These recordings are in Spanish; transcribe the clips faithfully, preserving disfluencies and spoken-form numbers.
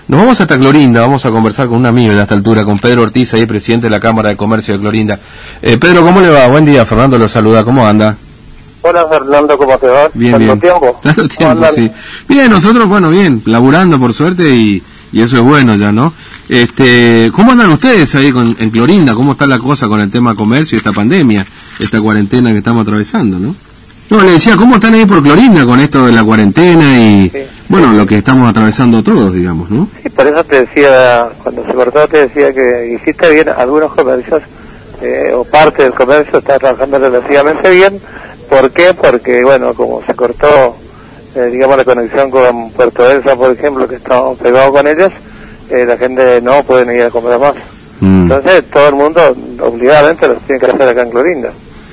Nos vamos hasta Clorinda, vamos a conversar con un amigo a esta altura, con Pedro Ortiz, ahí presidente de la Cámara de Comercio de Clorinda. Eh, Pedro, ¿cómo le va? Buen día, Fernando lo saluda, ¿cómo anda? Hola Fernando, ¿cómo te va? Bien, ¿Tanto bien. tiempo? Tanto tiempo, sí. Bien, nosotros, bueno, bien, laburando por suerte y, y eso es bueno ya, ¿no? Este, ¿cómo andan ustedes ahí con, en Clorinda? ¿Cómo está la cosa con el tema comercio y esta pandemia, esta cuarentena que estamos atravesando, no? No, le decía, ¿cómo están ahí por Clorinda con esto de la cuarentena y, sí, bueno, lo que estamos atravesando todos, digamos, ¿no? Sí, por eso te decía, cuando se cortó te decía que hiciste bien, algunos comercios, eh, o parte del comercio está trabajando relativamente bien. ¿Por qué? Porque, bueno, como se cortó, eh, digamos, la conexión con Puerto Elsa, por ejemplo, que estamos pegados con ellos, eh, la gente no puede ir a comprar más. Mm. Entonces, todo el mundo, obligadamente, los tiene que hacer acá en Clorinda.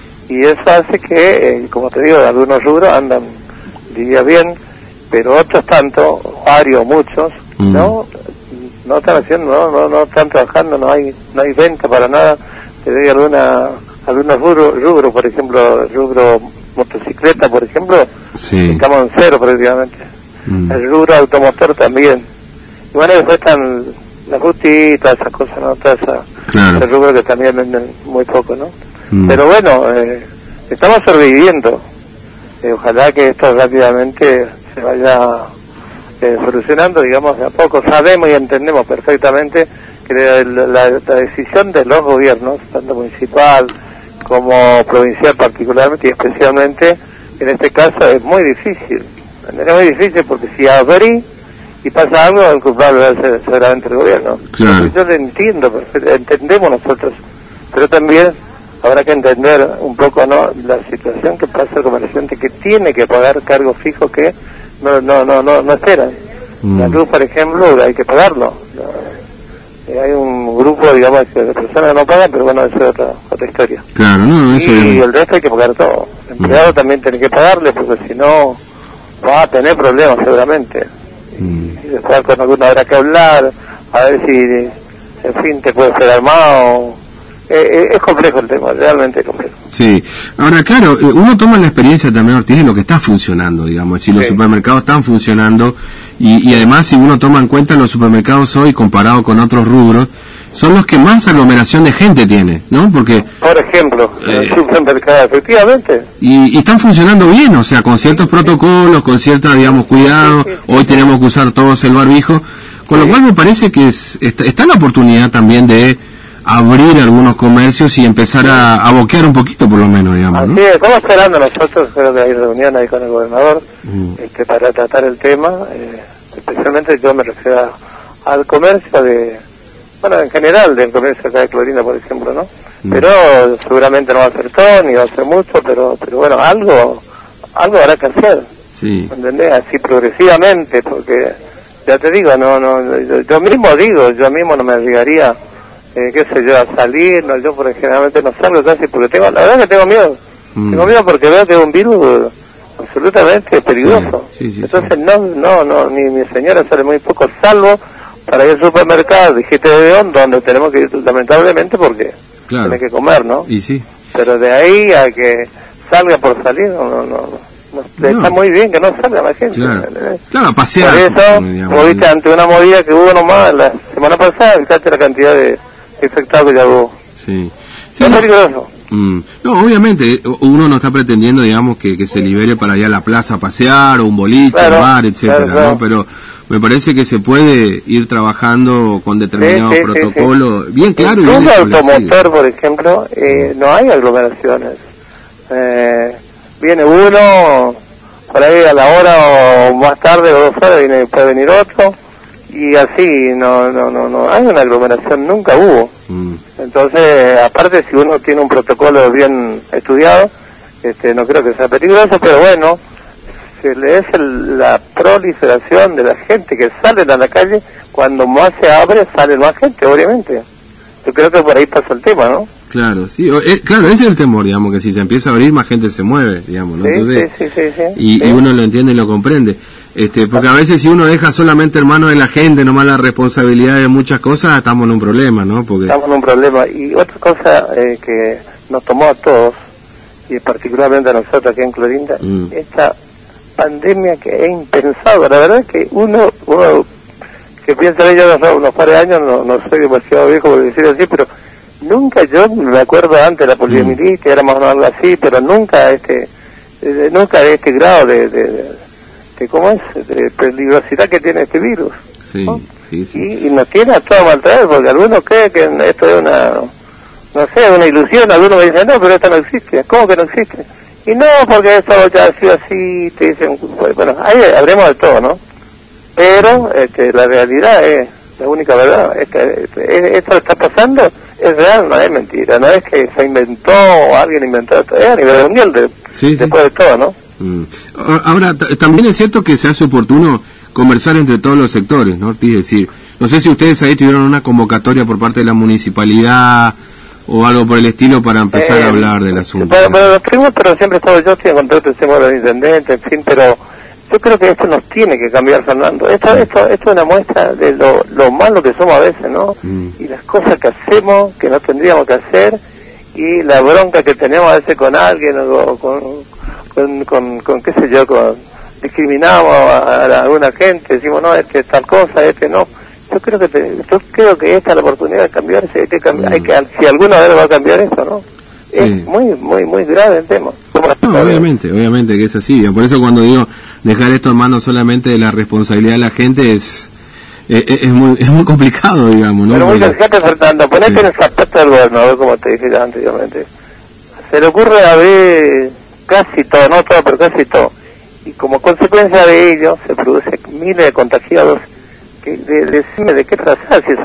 Y eso hace que, eh, como te digo, algunos rubros andan, diría bien, pero otros tanto, varios, muchos, mm. no no están haciendo, no, no, no están trabajando, no hay no hay venta para nada. Te doy alguna... algunos rubros, rubro, por ejemplo, rubro motocicleta, por ejemplo, sí, estamos en cero prácticamente. Mm. El rubro automotor también. Y bueno, después están las butitas, esas cosas, ¿no? Todas esas, claro, ese rubro que también venden muy poco, ¿no? Mm. Pero bueno, eh, estamos sobreviviendo. Eh, ojalá que esto rápidamente se vaya eh, solucionando, digamos, de a poco. Sabemos y entendemos perfectamente que la, la, la decisión de los gobiernos, tanto municipal como provincial particularmente y especialmente, en este caso es muy difícil. Es muy difícil porque si abrís y pasa algo, el culpable va a ser seguramente el gobierno. Claro. Yo lo entiendo, entendemos nosotros, pero también habrá que entender un poco, ¿no?, la situación que pasa el comerciante, que tiene que pagar cargos fijos que no no no no, no esperan. Mm. La luz, por ejemplo, hay que pagarlo. Hay un grupo, digamos, de personas que no pagan, pero bueno, eso es otra, otra historia. Claro, no, eso y es... el resto hay que pagar todo. El empleado mm. también tiene que pagarle, porque si no va a tener problemas seguramente. Mm. Y después con alguno habrá que hablar, a ver si, en fin, te puede ser armado. Eh, es complejo el tema, realmente es complejo. Sí, ahora claro, uno toma la experiencia también, Ortiz, de lo que está funcionando, digamos, es decir, los sí. supermercados están funcionando y, y además si uno toma en cuenta los supermercados hoy comparado con otros rubros, son los que más aglomeración de gente tiene, ¿no? Porque... Por ejemplo, eh, el supermercado, efectivamente. Y, y están funcionando bien, o sea, con ciertos protocolos, con ciertos, digamos, cuidados, sí, sí, sí. Hoy tenemos que usar todos el barbijo, con sí. lo cual me parece que es, está, está la oportunidad también de abrir algunos comercios y empezar a, a boquear un poquito por lo menos, digamos, ¿no? Así es, estamos esperando nosotros, creo que hay reunión ahí con el gobernador, mm. este, para tratar el tema, eh, especialmente yo me refiero a, al comercio de, bueno, en general del comercio acá de Clorinda, por ejemplo, ¿no? Mm. Pero seguramente no va a ser todo, ni va a ser mucho, pero pero bueno, algo algo habrá que hacer, sí. ¿entendés? Así progresivamente, porque ya te digo, no no yo, yo mismo digo, yo mismo no me arriesgaría, Eh, qué sé yo, a salir, no, yo porque generalmente no salgo casi porque tengo, la verdad que tengo miedo, mm. tengo miedo porque veo que es un virus absolutamente peligroso, sí, sí, sí, entonces sí. no, no, no, mi, mi señora sale muy poco, salvo para ir al supermercado, dijiste de León, donde tenemos que ir lamentablemente porque claro. tiene que comer, ¿no? Y sí. Pero de ahí a que salga por salir, no, no, no, no, no. está muy bien que no salga la gente. Claro, claro, pasear. Por eso, como viste, ante una movida que hubo nomás la semana pasada, fíjate la cantidad de infectado que ya hubo. Sí. sí es no, peligroso. Mm, no, obviamente, uno no está pretendiendo, digamos, que, que se libere para ir a la plaza a pasear, o un boliche, claro, un bar, etcétera, claro, claro. ¿no? Pero me parece que se puede ir trabajando con determinados sí, sí, protocolos, sí, sí. bien claro. Incluso y bien automotor, por ejemplo, eh, no hay aglomeraciones. Eh, viene uno, por ahí a la hora o más tarde o dos horas viene, puede venir otro. Y así, no no no no hay una aglomeración, nunca hubo. Mm. Entonces, aparte si uno tiene un protocolo bien estudiado, este no creo que sea peligroso, pero bueno, se le es el, la proliferación de la gente que salen a la calle, cuando más se abre, sale más gente, obviamente. Yo creo que por ahí pasa el tema, ¿no? Claro, sí, eh, claro, ese es el temor, digamos, que si se empieza a abrir, más gente se mueve, digamos, ¿no? Sí, Entonces, sí, sí, sí, sí, y, sí. y uno lo entiende y lo comprende. Este, porque a veces si uno deja solamente en manos de la gente, nomás la responsabilidad de muchas cosas, estamos en un problema, ¿no? Porque... Estamos en un problema. Y otra cosa eh, que nos tomó a todos, y particularmente a nosotros aquí en Clorinda, mm. esta pandemia que es impensado. La verdad es que uno, uno que pienso en ellos unos, unos par de años, no, no soy demasiado viejo por decir así, pero nunca yo me acuerdo antes de la poliomielitis, mm. éramos algo así, pero nunca este, eh, nunca de este grado de, de, de, de ¿cómo es? De peligrosidad que tiene este virus. Sí, ¿no? sí, sí. Y, y nos tiene a todos maltraer, porque algunos creen que esto es una, no sé, una ilusión, algunos me dicen, no, pero esto no existe. ¿Cómo que no existe? Y no, porque esto ya ha sido así, te dicen, bueno, ahí habremos de todo, ¿no? Pero este, la realidad es, la única verdad, es que es, esto está pasando, es real, no es mentira, no es que se inventó o alguien inventó esto, es a nivel mundial de, sí, después sí. de todo, ¿no? Mm. Ahora, también es cierto que se hace oportuno conversar entre todos los sectores, ¿no, Ortiz? Es decir, no sé si ustedes ahí tuvieron una convocatoria por parte de la municipalidad o algo por el estilo para empezar eh, a hablar del asunto. Bueno, bueno, los primos, pero siempre he estado yo, estoy en contacto con los intendentes, en fin, pero yo creo que esto nos tiene que cambiar, Fernando. Esto, esto, esto es una muestra de lo, lo malo que somos a veces, ¿no? Mm. Y las cosas que hacemos, que no tendríamos que hacer, y la bronca que tenemos a veces con alguien, o con, con, con, con qué sé yo, con, discriminamos a, a alguna gente, decimos, no, este es tal cosa, este no. Yo creo que te, yo creo que esta es la oportunidad de cambiarse, hay que cambiar, mm. hay que, si alguna vez va a cambiar esto, ¿no? Sí. Es muy, muy, muy grave el tema. No, obviamente, obviamente que es así. Por eso cuando digo dejar esto en manos solamente de la responsabilidad de la gente es es, es muy es muy complicado, digamos, ¿no? Pero muy Porque... fíjate, Fernando, ponete sí. en el zapato del gobernador, como te dije ya anteriormente. Se le ocurre abrir casi todo, no todo, pero casi todo. Y como consecuencia de ello se producen miles de contagiados. Que, de, de, de, ¿De qué trazar? Si